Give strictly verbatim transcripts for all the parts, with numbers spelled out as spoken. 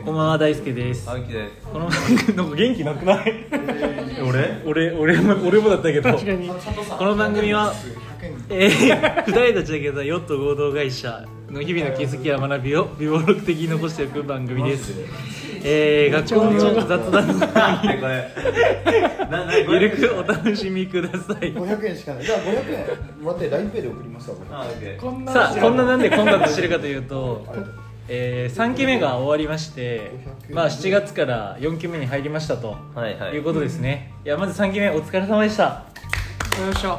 こんばんは、大輔です。 青木です。 このなんか元気なくない？俺俺俺も俺もだったけど。確かに。この番組は、えー、ふたりで立ち上げたヨット合同会社の日々の気づきや学びを微暴録的に残していく番組です。えー、学校の雑談のこれゆるくお楽しみください。 ごひゃくえんしかない。じゃあごひゃくえんもらって ラインペイ で送りますわ。 さあ、こんななんでこんなのしてるかというと、えー、さんきめが終わりまして、まあ、しちがつからよんきめに入りましたと、はいはい、いうことですね。いや、まずさんきめお疲れ様でした。よっしゃ。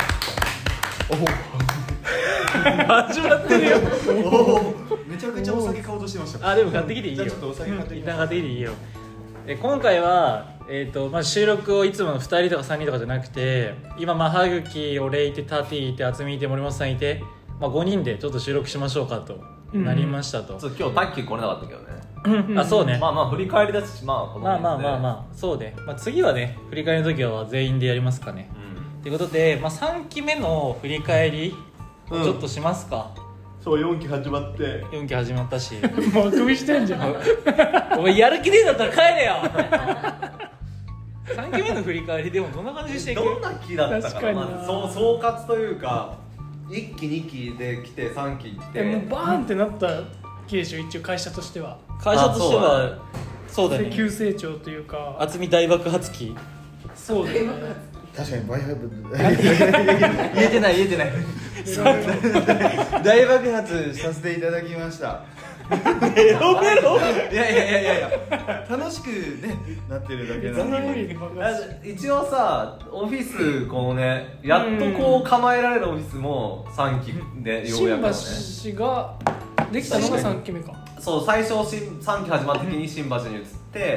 始まってるよ。 めちゃくちゃお酒買おうとしてました。 あ、でも買ってきていいよ。 ちょっとお酒買ってきて。 一旦買ってきていいよ。え今回は、えーとまあ、収録をいつものふたりとかさんにんとかじゃなくて、今、まあ、歯茎、俺いて、タティいて、渥美いて、森本さんいて、まあ、ごにんでちょっと収録しましょうかとなりましたと。うん、 そう今日タッキー来れなかったけどね。 あ、そうね。 まあまあ振り返りだし、まあこのまあまあまあまあそうね。まあ、次はね、振り返りの時は全員でやりますかね。と、うん、いうことで、まあ、さんきめの振り返りをちょっとしますか。 うん、そうよんき始まってよんき始まったしもう首してんじゃん。 お前やる気ねえんだったら帰れよ。さんきめの振り返りでもどんな感じでしていく？ どんな期だったかな。まず総総括というか、いっきにきで来てさんき来て、 もうバーンってなった気でしょ。一応会社としては会社としてはそうだね。 急成長というか渥美大爆発期。そうだね。 確かにバイハイブ言えてない言えてない大爆発させていただきました。 メロメロ。 いやいやいやいやいや、楽しくねなってるだけなんで。 一応さ、オフィスこのね、やっとこう構えられるオフィスもさんきでようやくね。 新橋ができたのがさんきめか。 そう、最初さんき始まった時に新橋に移って、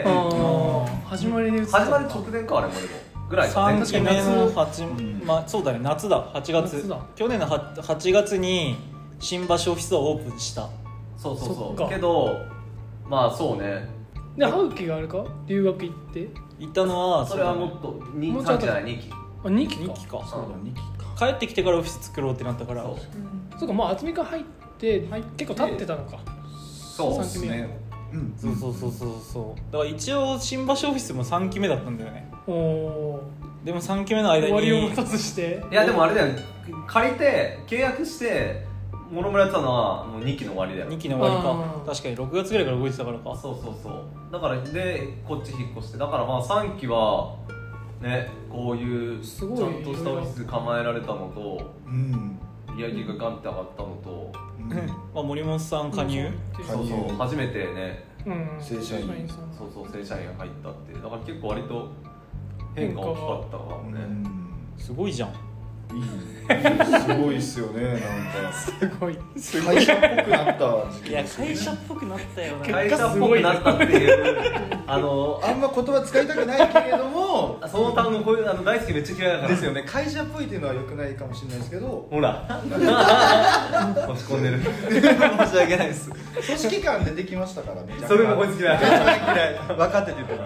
始まりで移った始まり直前かあれもでもぐらい。 さんきめのはち、まあそうだね、夏だ。はちがつ、去年のはちがつに新橋オフィスをオープンした。 そうそうそう。けどまあそうね。 で、歯茎があれか留学行って行ったのはそれはもっとにさんきじゃない、にき。 あ、にきか。 にきか。そうだ、にきか。帰ってきてからオフィス作ろうってなったから。そう、 そうか、まあ渥美が入って結構経ってたのか。 そうですね。 うん、そうそうそうそうそう。だから一応新橋オフィスもさんきめだったんだよね。おお。でもさんきめの間に終わりを待たずして。 いやでもあれだよ、借りて契約して諸村やってたのはもうにきの終わりだよ。 にきの終わりか。確かにろくがつぐらいから動いてたからか。 そうそうそう。だからでこっち引っ越して、だからまあさんきはね、こういうちゃんとしたオフィス構えられたのと、うん、利上げがガンって上がったのと、 うん、まあ森本さん加入、 そうそう初めてね、 うん、 正社員、そうそう正社員が入ったって、だから結構割と変化大きかったかもね。 すごいじゃん。 いいすごいっすよね。なんかすごい会社っぽくなった時期。 いや会社っぽくなったよな。 会社っぽくなったっていうあのあんま言葉使いたくないけれども、 その単語こういうあの大好きめっちゃ嫌いだからですよね。会社っぽいっていうのは良くないかもしれないですけど、 ほら落ち込んでる。 申し訳ないです。 組織感出てきましたからね。 それもこいつ嫌い。 めちゃ嫌い。分かってて言ってます。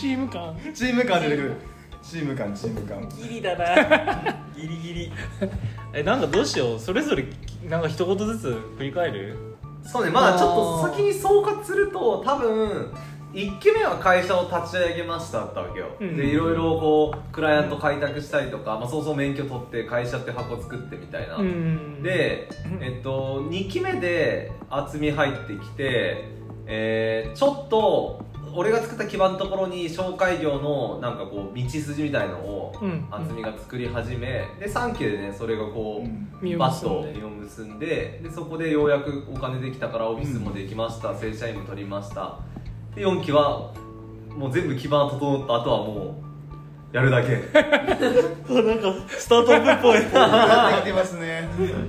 チーム感チーム感出てくる。チーム感チーム感ギリだな。ギリギリ。え、なんかどうしよう、それぞれなんか一言ずつ振り返る。 そうね、まあちょっと先に総括すると、多分いっきめは会社を立ち上げましただったわけよ、うん、でいろいろこうクライアント開拓したりとか、まあ、そうそう免許取って会社って箱作ってみたいな、うん、で、えっと、にきめで渥美入ってきて、えー、ちょっと俺が作った基盤のところに紹介業のなんかこう道筋みたいのを渥美が作り始め、でさんきでねそれがこう、うん、バッと実を結んで、でそこでようやくお金できたからオフィスもできました、うん、正社員も取りました。でよんきはもう全部基盤整った後はもうやるだけ。 なんかスタートアップっぽい。 やってきてますね。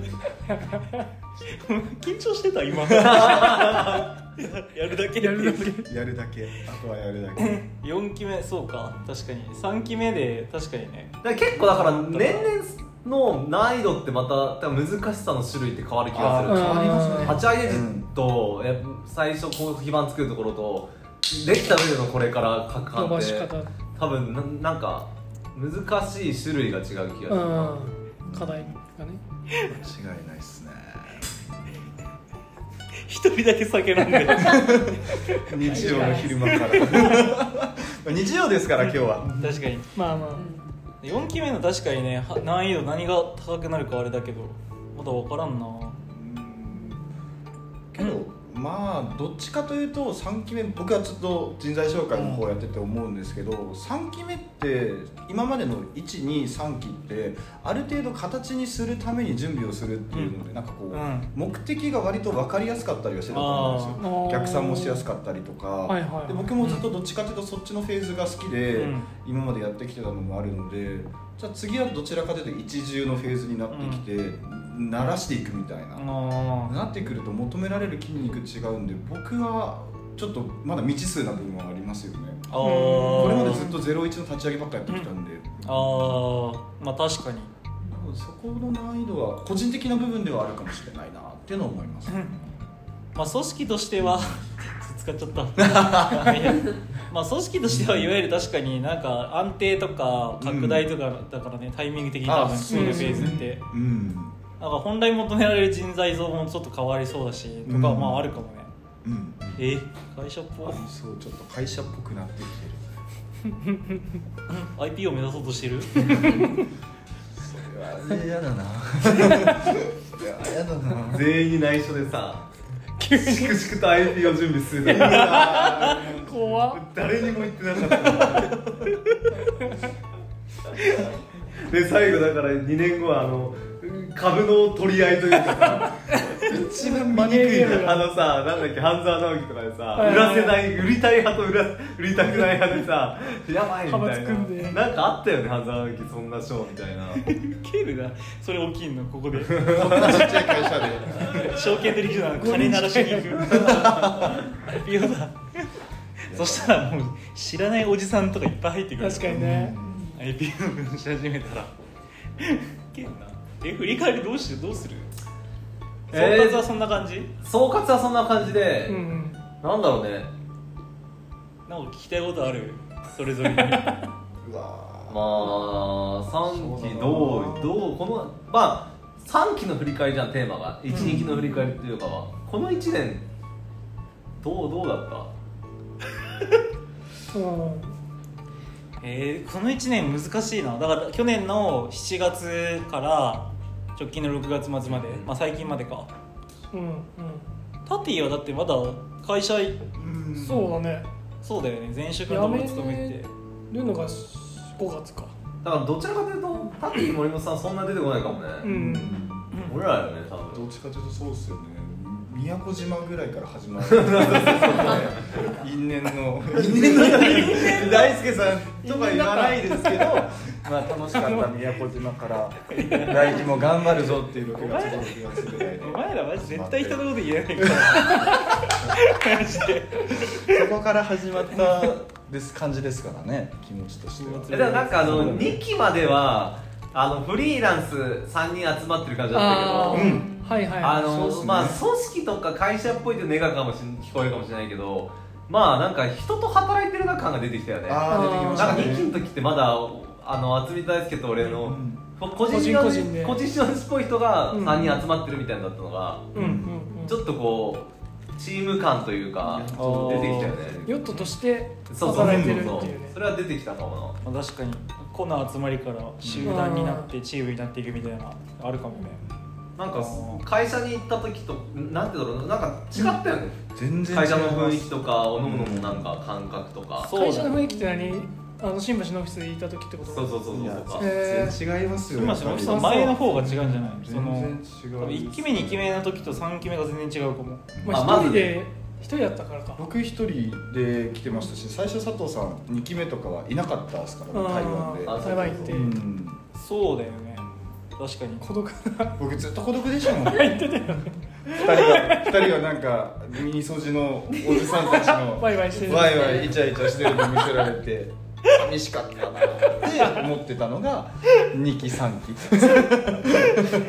緊張してた今。やるだけやるだけやるだけ、あとはやるだけ。 よんきめそうか、確かにさんきめで確かにね。 だから結構だから年々の難易度ってまた難しさの種類って変わる気がする。 変わりますね。 立ち上げ時と、うん、最初こう基盤作るところとできた上でのこれから各班って多分 な, なんか難しい種類が違う気がする。 課題がね。 間違いないっすね。 一人だけ酒飲んで日曜の昼間から日曜ですから今日は。 確かにまあまあよんきめの確かにねは難易度何が高くなるかあれだけどまだ分からんな。 けど、まあどっちかというとさんきめ、僕はずっと人材紹介の方やってて思うんですけど、さんきめって今までのいち、に、さんきってある程度形にするために準備をするっていうので、うん、なんかこう、うん、目的が割と分かりやすかったりはしてたと思うんですよ。逆算もしやすかったりとか、はいはいはい、で僕もずっとどっちかというとそっちのフェーズが好きで、うん、今までやってきてたのもあるので、じゃあ次はどちらかというと一重のフェーズになってきて、うん、慣らしていくみたいな、なってくると求められる筋肉違うんで、僕はちょっとまだ未知数な部分はありますよね。あこれまでずっとゼロイチの立ち上げばっかやってきたんで、うん、 あまあ確かにそこの難易度は個人的な部分ではあるかもしれないなっていうのは思います、うん、 まあ組織としては使っちゃったまあ組織としてはいわゆる確かになんか安定とか拡大とかだからね、うん、タイミング的に多分そういうフェーズって、うん、なんか本来求められる人材像もちょっと変わりそうだし、うん、とかまああるかもね、うん、え会社っぽいそうちょっと会社っぽくなってきてるアイピー を目指そうとしてるそれは嫌だな嫌だな全員に内緒でさ粛々と アイピー を準備する怖っ誰にも言ってなかったで最後だからにねんごはあの株の取り合いというかさ一番見にくいあのさ、なんだっけ、半沢直樹とかでさ、売らせない、売りたい派と売ら売りたくない派でさ、やばいみたいな、なんかあったよね、半沢直樹そんなショーみたいな。 ケールがそれ起きんのここでこんなちっちゃい会社で証券取引所の金鳴らしに行くピオだそしたらもう知らないおじさんとかいっぱい入ってくる。 確かにねアイピー の分し始めたらけんな。え、振り返りどうしてどうする？総括はそんな感じ、えー、総括はそんな感じで、うんうん、なんだろうね、 なんか聞きたいことある？それぞれにうわまあさんきどうどうこのまあさんきの振り返りじゃんテーマがいち、にきの振り返りっていうかは、うん、このいちねんどうどうだったうんえー、このいちねん難しいな。だから去年のしちがつから直近のろくがつまつまで、まあ、最近までか、うんうん、タティはだってまだ会社、うん、 そうだねそうだよね前職のところ勤めてるのがごがつか。 だからどちらかというとタティ森本さんそんな出てこないかもね、うん、俺らよね多分。 どっちかというとそうっすよね。宮古島ぐらいから始まる因縁の因縁の大輔さんとか言わないですけどまあ楽しかった宮古島から大輝も頑張るぞっていうろくがつごろくがつぐらいでお前らマジ絶対人のこと言えないからマジでそこから始まったです感じですからね気持ちとしては。 だからなんかあのにきまではあのフリーランスさんにん集まってる感じだったけど、うんはいはい、 あのね、まあ組織とか会社っぽいとネガかもし聞こえるかもしれないけど、まあなんか人と働いてるな感が出てきたよね。 あ出てきましたね。 なんかにきの時ってまだあの渥美大輔と俺の、うん、個人個人で個人仕事っぽい人がさんにん集まってるみたいなだったのが、うんうんうん、ちょっとこうチーム感というか出てきたよね。 ヨットとして働いてるっていうね。 そうそうそうそうそれは出てきたかもな。確かに個の集まりから集団になってチームになっていくみたいなあるかもね。 なんか会社に行った時となんていうのなんか違ったよね、 うん、全然会社の雰囲気とかおのおののなんか感覚とか、 うん、会社の雰囲気って何？あの新橋のオフィスでいた時ってこと？ そうそうそうそうそう全然違いますよ。 新橋のオフィスは前の方が違うんじゃない？ 全然違う。 いっきめにきめの時とさんきめが全然違うかも。 まあ一人で一人だったからか。 僕一人で来てましたし、最初佐藤さんにきめとかはいなかったですからね台湾で。 台湾行って。うん、 そうだよね。確かに孤独な僕ずっと孤独でしたもん言ってたよねふたりがふたりがなんか耳掃除のおじさんたちのワイワイしてるワイワイイチャイチャしてるの見せられて寂しかったなって思ってたのがにきさんきそんな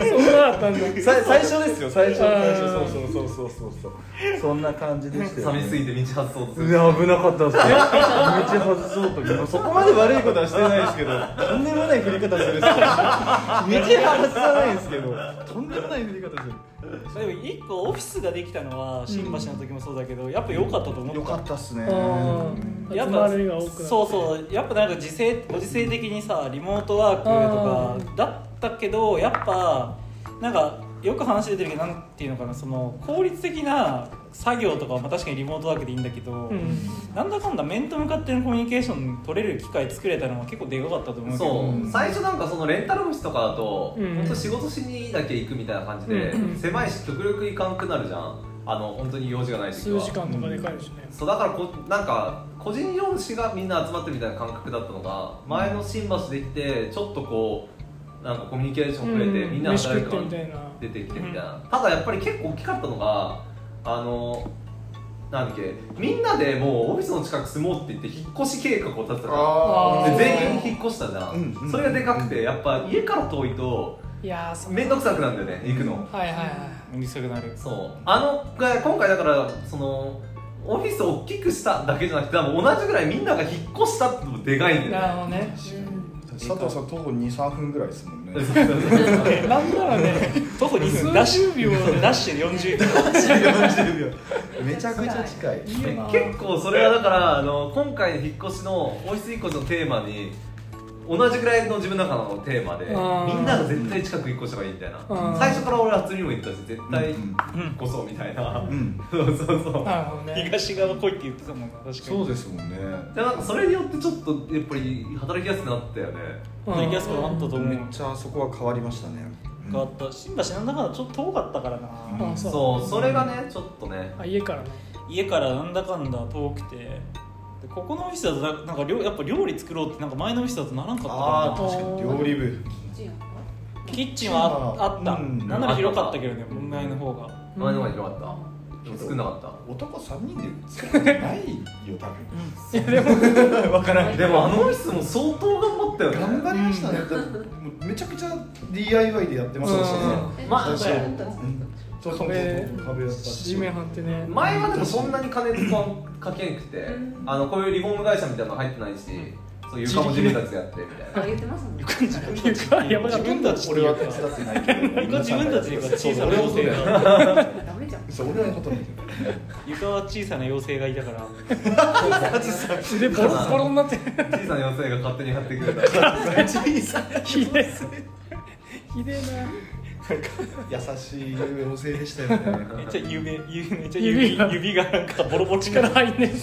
だったんだ。 さ最初ですよ最初あー最初そうそうそうそうそうそうそんな感じでしたよ、ね、 寂しすぎて道外そうとする。 いや危なかったですね道外そうと今そこまで悪いことはしてないですけどとんでもない振り方するっすよ道外さないんですけどとんでもない振り方するでも一個オフィスができたのは新橋の時もそうだけど、やっぱ良かったと思った。 よかったっすねうんやっぱ集まるが多くなってそうそうやっぱなんか時勢ご時世的にさリモートワークとかだったけどやっぱなんかよく話出てるけどなんていうのかなその効率的な作業とかはまあ確かにリモートワークでいいんだけど、 うん、 なんだかんだ面と向かってのコミュニケーション取れる機会作れたのは結構でかかったと思うけどそう、 うん最初なんかそのレンタルオフィスとかだと、 うん本当仕事しにだけ行くみたいな感じで、 うん狭いし極力行かんくなるじゃん、あの本当に用事がない時は数時間とかでかいしね。 そうだからこなんか個人用紙がみんな集まってるみたいな感覚だったのが前の新橋できてちょっとこうなんかコミュニケーション増えて、 うんみんな飯食っ働くのがてみたいな。 出てきてみたいな、ただやっぱり結構大きかったのがあのなんだっけみんなでもうオフィスの近く住もうって言って引っ越し計画を立てたじゃんあーで全員引っ越したじゃん、 うんうんそれがでかくてやっぱ家から遠いといやー、そう。 面倒くさくなるんだよね行くの、 はいはいはい。 うるさくなるそうあのが今回だからそのオフィスを大きくしただけじゃなくて多分同じぐらいみんなが引っ越したってのもでかいんだよねなるほどね。 佐藤さん徒歩 にさんぷんぐらいですもんねなんならね、 徒歩に分数ダッシュ十秒ダッシュでよんじゅうびょうめちゃくちゃ近いいいよな。 結構それはだからあの今回の引っ越しのオフィス引っ越しのテーマに同じぐらいの自分の中のテーマであーみんなが絶対近く引っ越した方がいいみたいなうん最初から俺は普通にも言ったし絶対引うんっ越そうみたいな、 うんそうそうそうなるほどね。 東側来いって言ってたもんな確かにそうですもんねでなんかそれによってちょっとやっぱり働きやすくなったよね働きやすくなったと思うめっちゃそこは変わりましたね変わった新橋なんだかんだちょっと遠かったからな、 あそうそうそれがねちょっとねあ、家からね。 家からなんだかんだ遠くてでここのオフィスだとななんか料やっぱ料理作ろうってなんか前のオフィスだとならんかったかああ確かに料理部らキッチンはああった、 うんなんなら広かったけどね前の方が前の方が広かったでも作んなかった男さんにんで作ってないよ多分いやでも分からんでもあのオフィスも相当頑張ったよね頑張りましたね、だってもうめちゃくちゃ ディーアイワイ でやってましたしね、 うんまあ最初そうそうそう壁壁やったし地面張ってね。 前はでもそんなに金使わかけんくてあのこういうリフォーム会社みたいなの入ってないしそう床も自分たちでやってみたいなあ、言ってますもんね。 自分たち床やばかった自分たち俺は手伝ってないけど床自分たちで小さな俺は妖精がダメじゃん。 そう俺はほとんど床は小さな妖精がいたからでボロボロになって。 小さな妖精が勝手に貼ってくれたひでえ。ひでえな。 優しい妖精でしたよねめっちゃ指指めっちゃ指指が指がなんかボロボロになる力入んね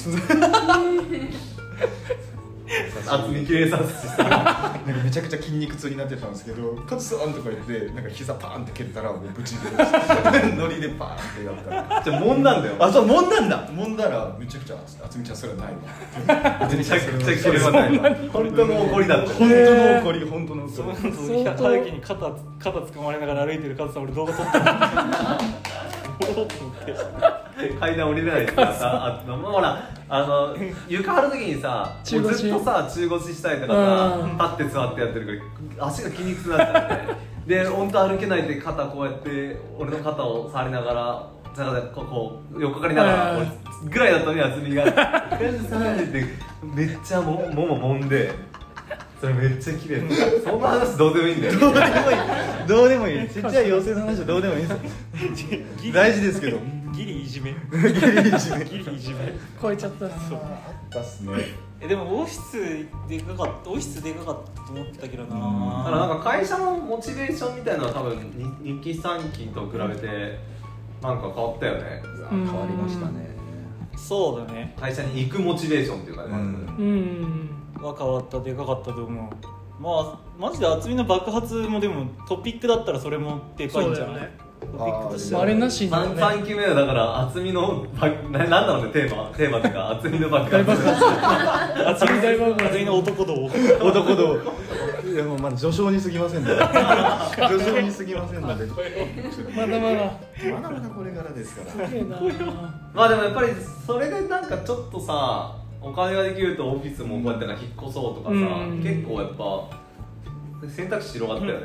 厚みきれいさせてさなんかめちゃくちゃ筋肉痛になってたんですけどカツさんとか言ってなんか膝パーンって蹴ったらもうブチでノリでパーンってやったじゃあもんなんだよあそうもんなんだもんだらめちゃくちゃ厚みちゃんそれはないわめちゃくちゃそれはないわ本当の怒りだった本当の怒り本当のその怒り時春樹に肩肩掴まれながら歩いてるカズさん俺動画撮ったのおろっと思って階段降りれないからさあのほらあの床張る時にさ中腰もうずっとさ中腰したりとかさ立って座ってやってるから足が筋肉痛になっちゃってで本当歩けないで肩こうやって俺の肩を触りながらなんかこうこう横かかりながら俺ぐらいだったのに厚みが「ガズさん」ってめっちゃももももんでそれめっちゃ綺麗そんな話どうでもいいんだよどうでもいいどうでもいいちっちゃい妖精の話はどうでもいいです大事ですけどギリいじめギリいじめギリいじめ超えちゃったな。 あったっすねえでもオフィスでかかったオフィスでかかったと思ったけどなだからなんか会社のモチベーションみたいなのは多分ににきさんきと比べてなんか変わったよねうん変わりましたねそうだね会社に行くモチベーションっていうかね、 うんうん。 は変わったでかかったと思うまあマジで厚みの爆発もでもトピックだったらそれもでかいんじゃない、 そうだよねトピックとしてはあれなしにさんさんきめはだから厚みのばななんだろうねテーマテーマっていうか厚みの爆大発爆発。厚み大爆発。 厚みの男道男どういやもうまだ序章に過ぎませんので序章に過ぎませんのでまだまだ。 まだまだこれからですからすげえな。 まあでもやっぱりそれでなんかちょっとさお金ができるとオフィスもこうやってなんか引っ越そうとかさ、 うん結構やっぱ選択肢広がったよね、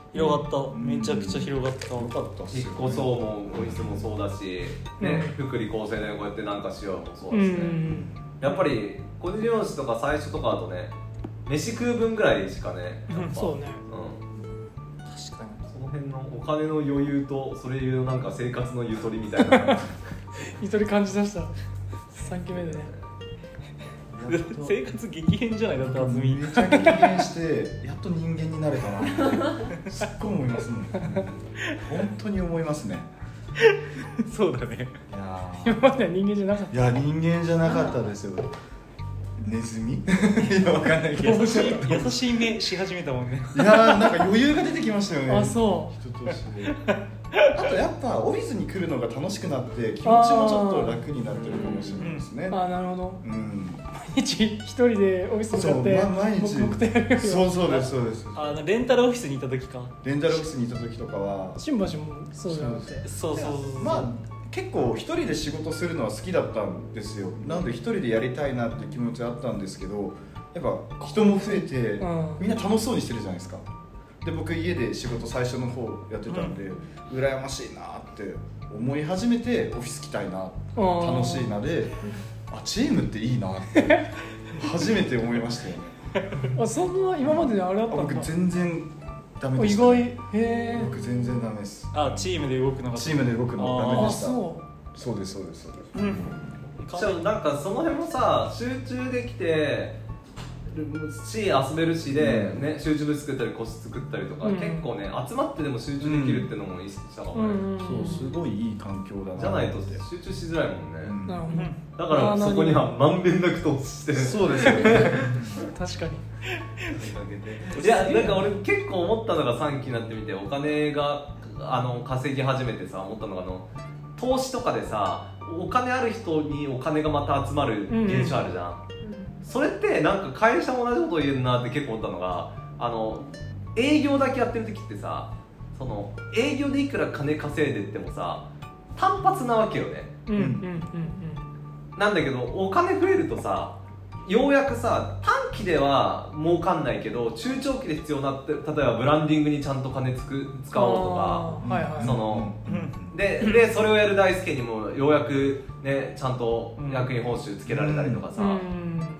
広がった、めちゃくちゃ広がった。 よかったっすよ、 引っ越そうもオフィスもそうだし、ね、福利厚生でこうやってなんかしようもそうだしね、やっぱり個人事業主とか最初とかだとね、飯食う分ぐらいしかね、やっぱそうね、 うん、 確かにその辺のお金の余裕とそれいうなんか生活のゆとりみたいなゆとり感じ出したさんきめでね。 生活激変じゃないだってあずみ。 めちゃ激変してやっと人間になれたなってすっごい思いますもん本当に思いますね。 そうだね。 いや今までは人間じゃなかっいや人間じゃなかったですよ。ネズミいやわかんないけど優しい優しい目し始めたもんね。 いやなんか余裕が出てきましたよね。 た。あ、そ人としてあとやっぱオフィスに来るのが楽しくなって気持ちもちょっと楽になってるかもしれないですね。 う。あ、なるほど。 うん毎日一人でオフィスにそう、 向かってま、毎日黙々とやるよりはそうそうですそうですあのレンタルオフィスにいた時か。 レンタルオフィスにいた時とかは新橋もそうじゃなくて。 そうそうそう。 まあ結構一人で仕事するのは好きだったんですよ。なので一人でやりたいなって気持ちあったんですけど、やっぱ人も増えて、 うん、 みんな楽しそうにしてるじゃないですか。で僕家で仕事最初の方やってたんで、うん、羨ましいなって思い始めてオフィス来たいな、楽しいなで、あチームっていいなって初めて思いましたよね。 あ、そんな今までであれだったんだ。 僕全然ダメでした、ね、 意外。へえ。 僕全然ダメです。 あ、チームで動くのがチームで動くのダメでした。 あ、そう。 そうですそうですそうです。 うん。 じゃあなんかその辺もさ、集中できてし遊べるしで、ね、集中部作ったり個室作ったりとか、 うん、 結構ね集まってでも集中できるっていうのも意識したかもね、 うんうん、 そうすごいいい環境だな。 じゃないと集中しづらいもんね、 うん、 なるほど。 だからそこにはまんべんなく投資してる。 そうですよね確かに。 いやなんか俺結構思ったのがさんきになってみてお金があの稼ぎ始めてさ思ったのがあの投資とかでさお金ある人にお金がまた集まる現象あるじゃん、うんうん、それってなんか会社も同じこと言えるなって結構思ったのがあの営業だけやってる時ってさその営業でいくら金稼いでってもさ単発なわけよね、 うんうんうんうん、 なんだけどお金増えるとさようやくさ短期では儲かんないけど中長期で必要なって例えばブランディングにちゃんと金つく使おうとか、 はいはい、 その、うん、で, でそれをやる大輔にもようやくねちゃんと役員報酬つけられたりとかさ、うん、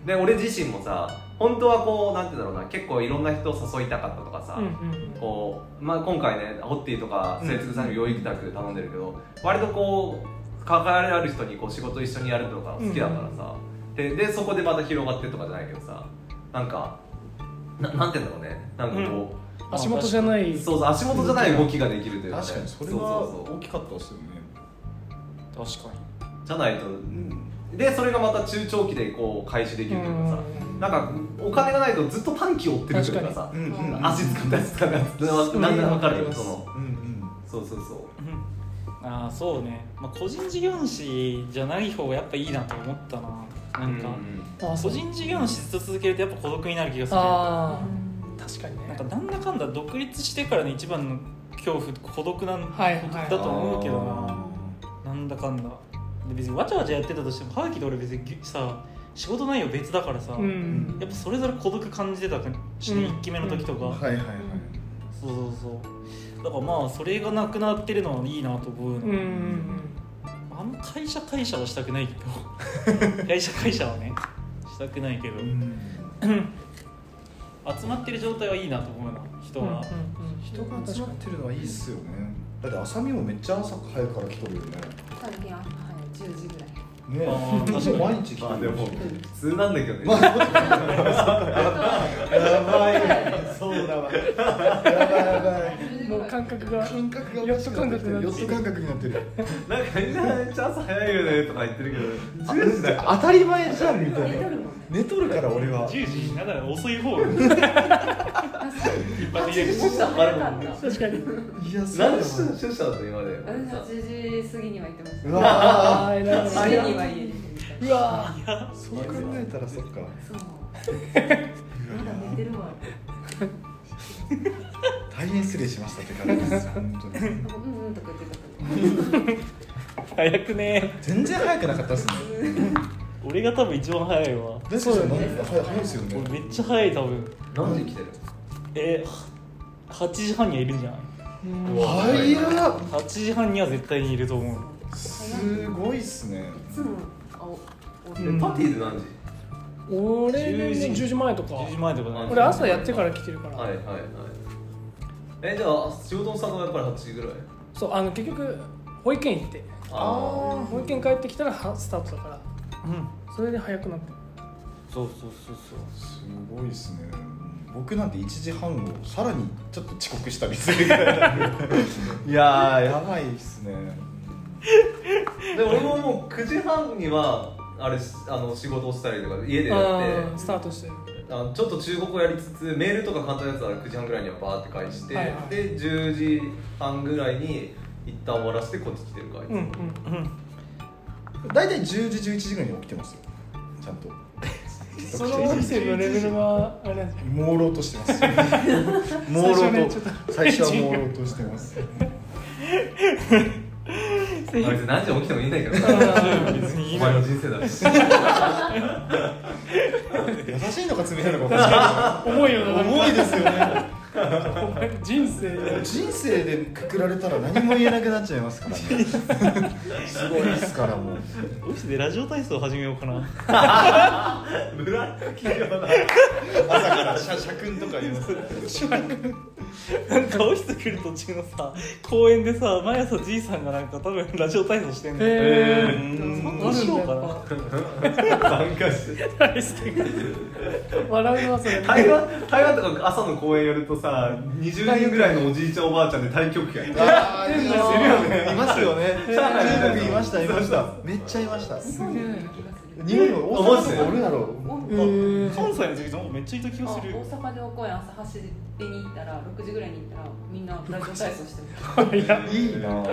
で俺自身もさ本当はこうなんて言うんだろうな結構いろんな人を誘いたかったとかさ、うんうん、こうまあ、今回ねホッティとか末次さんに養育宅頼んでるけど、うん、割とこう関わりある人にこう仕事一緒にやるとか好きだからさ、うん、で, でそこでまた広がってとかじゃないけどさなんか な, なんて言うんだろうねなんかこう、 うん、足元じゃないそうそう足元じゃない動きができるというか、ね、 確かにそれは大きかったですよね。 確かにじゃないと、うん、でそれがまた中長期でこう回収できるというかさ、うん、なんかお金がないとずっと短期を追ってるというかさ、うんうん、足使ったやつ使ったやつなんだか分かるよその、うんうん、そうそうそう、 うん、ああそうね、まあ、個人事業主じゃない方がやっぱいいなと思ったななんか、うんうん、個人事業主ずっと続けるとやっぱ孤独になる気がする。あ確かにね。 なんかなんだかんだ独立してからの一番の恐怖孤独なんだと思うけどな、はいはい、なんだかんだで別にわちゃわちゃやってたとしてもハーキと俺別にさ仕事内容別だからさ、うん、やっぱそれぞれ孤独感じてたし、ね、うん、いっきめの時とか、うん、 はいはいはいそうそうそうだからまあそれがなくなってるのはいいなと思うの、うんうんうん、あの会社会社はしたくないけど会社会社はねしたくないけど、うん、集まってる状態はいいなと思うな人が、うんうんうん、 人が集まってるのはいいっすよね。だって浅見もめっちゃ朝早くから来とるよね。 最近朝早いじゅうじぐらいねえ、私も毎日来てる。 まあでも普通なんだけどね。 まあ、やばい、そうだわ。やばいやばい。 もう感覚が感覚がヨット感覚になってる。 ヨット感覚になってる。 なんかみんなめっちゃ朝早いよねとか言ってるけど、じゅうじだよ。 当たり前じゃんみたいな。寝とるから俺は。 じゅうじなんなら遅い方。 一般的に早かった。 確かに。 いや、 何出社したの今で。 私はちじ過ぎには行ってました。 うわあ、偉い。は家にはいる。 うわー、そう考えたらそっか。 そう。まだ寝てるわ。 大変失礼しましたって感じです。本当に。 うんうんとか言ってた。早くね。 全然早くなかったですね。 俺が多分一番早いわ。 そうだよね。早いですよね。 俺めっちゃ早い多分。 何時来てる？ えはちじはんにはいるんじゃない？ 早っ、 はちじはんには絶対にいると思う。 すごいっすね。 いつもあおえパティで何時？ 俺ねじゅうじまえとかじゅうじまえとかね。 俺朝やってから来てるから、 はいはいはい。えじゃあ仕事のスタートがやっぱりはちじぐらい？ そうあの結局保育園行ってあ保育園帰ってきたらはスタートだからうん。 それで早くなってそうそうそうそう。 すごいっすね。僕なんていちじはんをさらにちょっと遅刻したりするぐらいなんでいやーやばいっすね。 で俺ももうくじはんにはあれあの仕事をしたりとか家でやあっースタートしてるて、あのちょっと中国語やりつつメールとか簡単なやつはくじはんぐらいにはバーって返して、 はいはいでじゅうじはんぐらいに一旦終わらせてこっち来てるからいつも、 うんうん大体じゅうじじゅういちじぐらいに起きてますよちゃんと。 その音声のレベルがあれなんじゃない朦朧としてます朦最初ね朧とちょっと最初は朦朧としてますあ別に何時起きてもいいんだけど別にいいのお前の人生だし優しいのか冷たいのか分か重いよななんか重いですよね。 人生人生でくくられたら何も言えなくなっちゃいますからねすごいですからもう。 オフィスでラジオ体操始めようかな。 村企業だ朝から社社訓とか言いますなんかオフィス来る途中のさ公園でさ毎朝じいさんがなんか多分ラジオ体操してんの。 へーうんどうしようかな。 参加して大好き笑うのはそれ台湾台湾とか朝の公園やるとさにじゅうにんぐらいのおじいちゃんおばあちゃんで太極拳あーいいいるよねいますよね。中国いましたいましためっちゃいました。 すげえ日本にも大阪とかおるやろ。 お関西の時なんかめっちゃいた気あがする。 大阪でお公園朝走りに行ったらろくじぐらいに行ったらみんなラジオ体操してるいやいいなぁ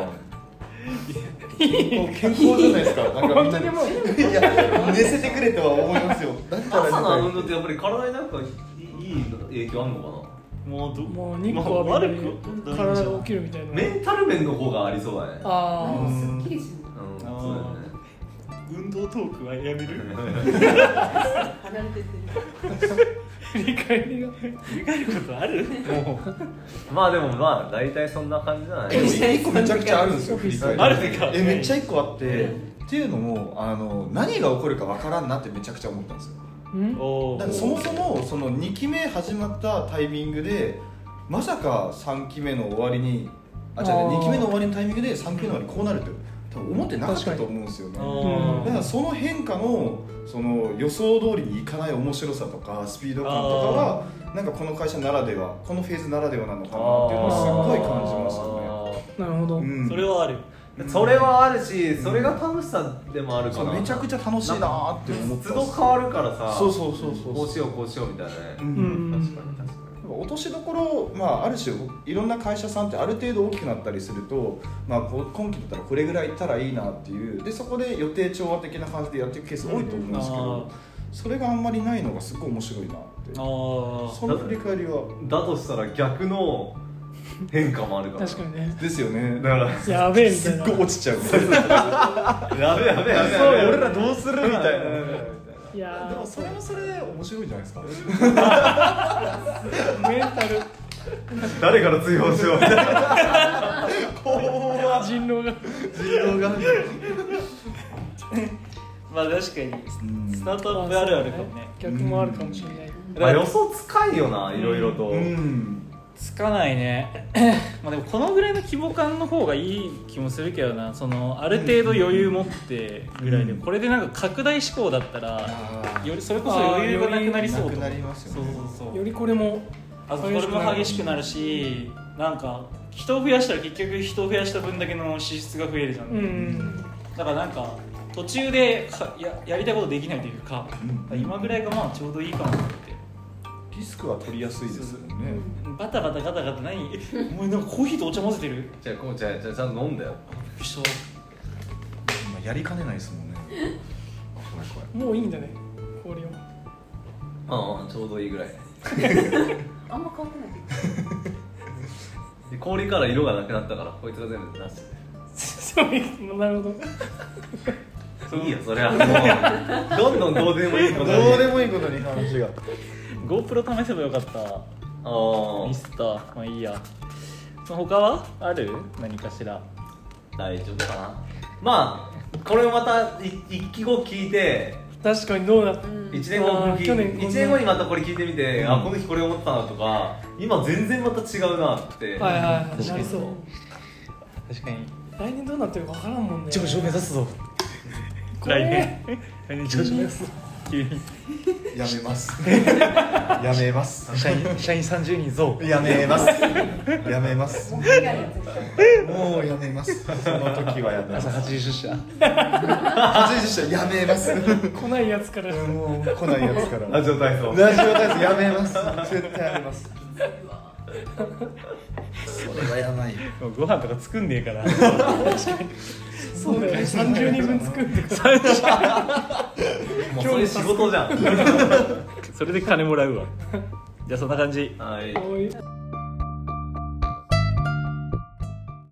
健康じゃないですか。なんかみんな本当にもういや寝せてくれとは思いますよ。だったら朝の運動ってやっぱり体になんかいい影響あるのかもうどもう日光浴びて体が起きるみたいななメンタル面の方がありそうだねあなんかすっきりするうんあーそうだよね運動トークはやめる。 離れてってるあ振り返りが振り返ることある？もまあでもまあ大体そんな感じじゃないえ一個めちゃくちゃあるんですよ振り返り。 あるんかえめっちゃ一個あってっていうのもあの何が起こるかわからんなってめちゃくちゃ思ったんですよ。 うんうおだからそもそもそのにきめ始まったタイミングでまさかさんきめの終わりにあじゃああーにきめの終わりのタイミングでさんきめの終わりにこうなるって多分思ってなかったと思うんですよね。 あだからその変化のその予想通りにいかない面白さとかスピード感とかはなんかこの会社ならではこのフェーズならではなのかなっていうのをすっごい感じますよなるほど、 ね。うんそれはある。 それはあるしそれが楽しさでもあるかなそうめちゃくちゃ楽しいなーって思った都度変わるからさそうそうそうそうこうしようこうしようみたいなねううんん確かに確か落としどころ、まあ、ある種いろんな会社さんってある程度大きくなったりすると、まあ、こう今期だったらこれぐらいいったらいいなっていうでそこで予定調和的な感じでやっていくケース多いと思うんですけど、それがあんまりないのがすごい面白いなってあその振り返りはにだとしたら逆の変化もあるから確かにねですよね。 だからやべえみたすっいなごい落ちちゃうやべえやべえやべえそうやべえ俺らどうするみたいな。 いやーでもそれはそれで面白いんじゃないですか。 メンタル誰から追放しようみたいな人狼が人狼がまあ確かにスタートアップあるあるかもね。 逆もあるかもしれない、 まあ予想つかんよないろいろとうんつかないね。まあでもこのぐらいの規模感の方がいい気もするけどな。そのある程度余裕持ってぐらいで、 うんこれでなんか拡大志向だったらあーよりそれこそ余裕がなくなりそうとなくなりますよね。 そうそうそう。 よりこれもあとこれも激しくなるし、なんか人を増やしたら結局人を増やした分だけの支出が増えるじゃん。 うんだからなんか途中でか や, やりたいことできないというか、 うん今ぐらいがまあちょうどいいかなと思って。 リスクは取りやすいですもんね。 バタバタガタガタ何お前なんかコーヒーとお茶混ぜてる？ じゃあこうじゃあじゃあちゃんと飲んだよびっくりした。 今やりかねないですもんね。怖い怖い。 もういいんだね氷をああちょうどいいぐらいあんま変わってないけで氷から色がなくなったからこいつが全部出してそういうなるほどいいよそれはもうどんどんどうでもいいことどうでもいいことに話が。 GoPro 試せばよかった。 ああミスったまあいいや。まあ他はある何かしら。 大丈夫かな。まあこれをまたい一期後聞いて確かにどうだったうんいちねんごあー聞い去年いちねんごにまたこれ聞いてみて、 うんあこの日これ思ったなとか今全然また違うなって、 はいはいはい確かになりそう確かに来年どうなってるか分からんもんね上昇目指すぞ。 これ来年来年上昇目指すぞ。急にやめますやめます社員社員さんじゅうにん増。 やめますやめますもう海外のやつもうやめますその時はやめます朝はちじ出社。 はちじ出社やめます来ないやつからもう来ないやつからラジオ体操ラジオ体操やめます絶対やめますそれはやばいもうご飯とか作んねえから。 そうだよねさんじゅうにんぶん作ってくもうそれ仕事じゃんそれで金もらうわ。じゃあそんな感じ。 はいおい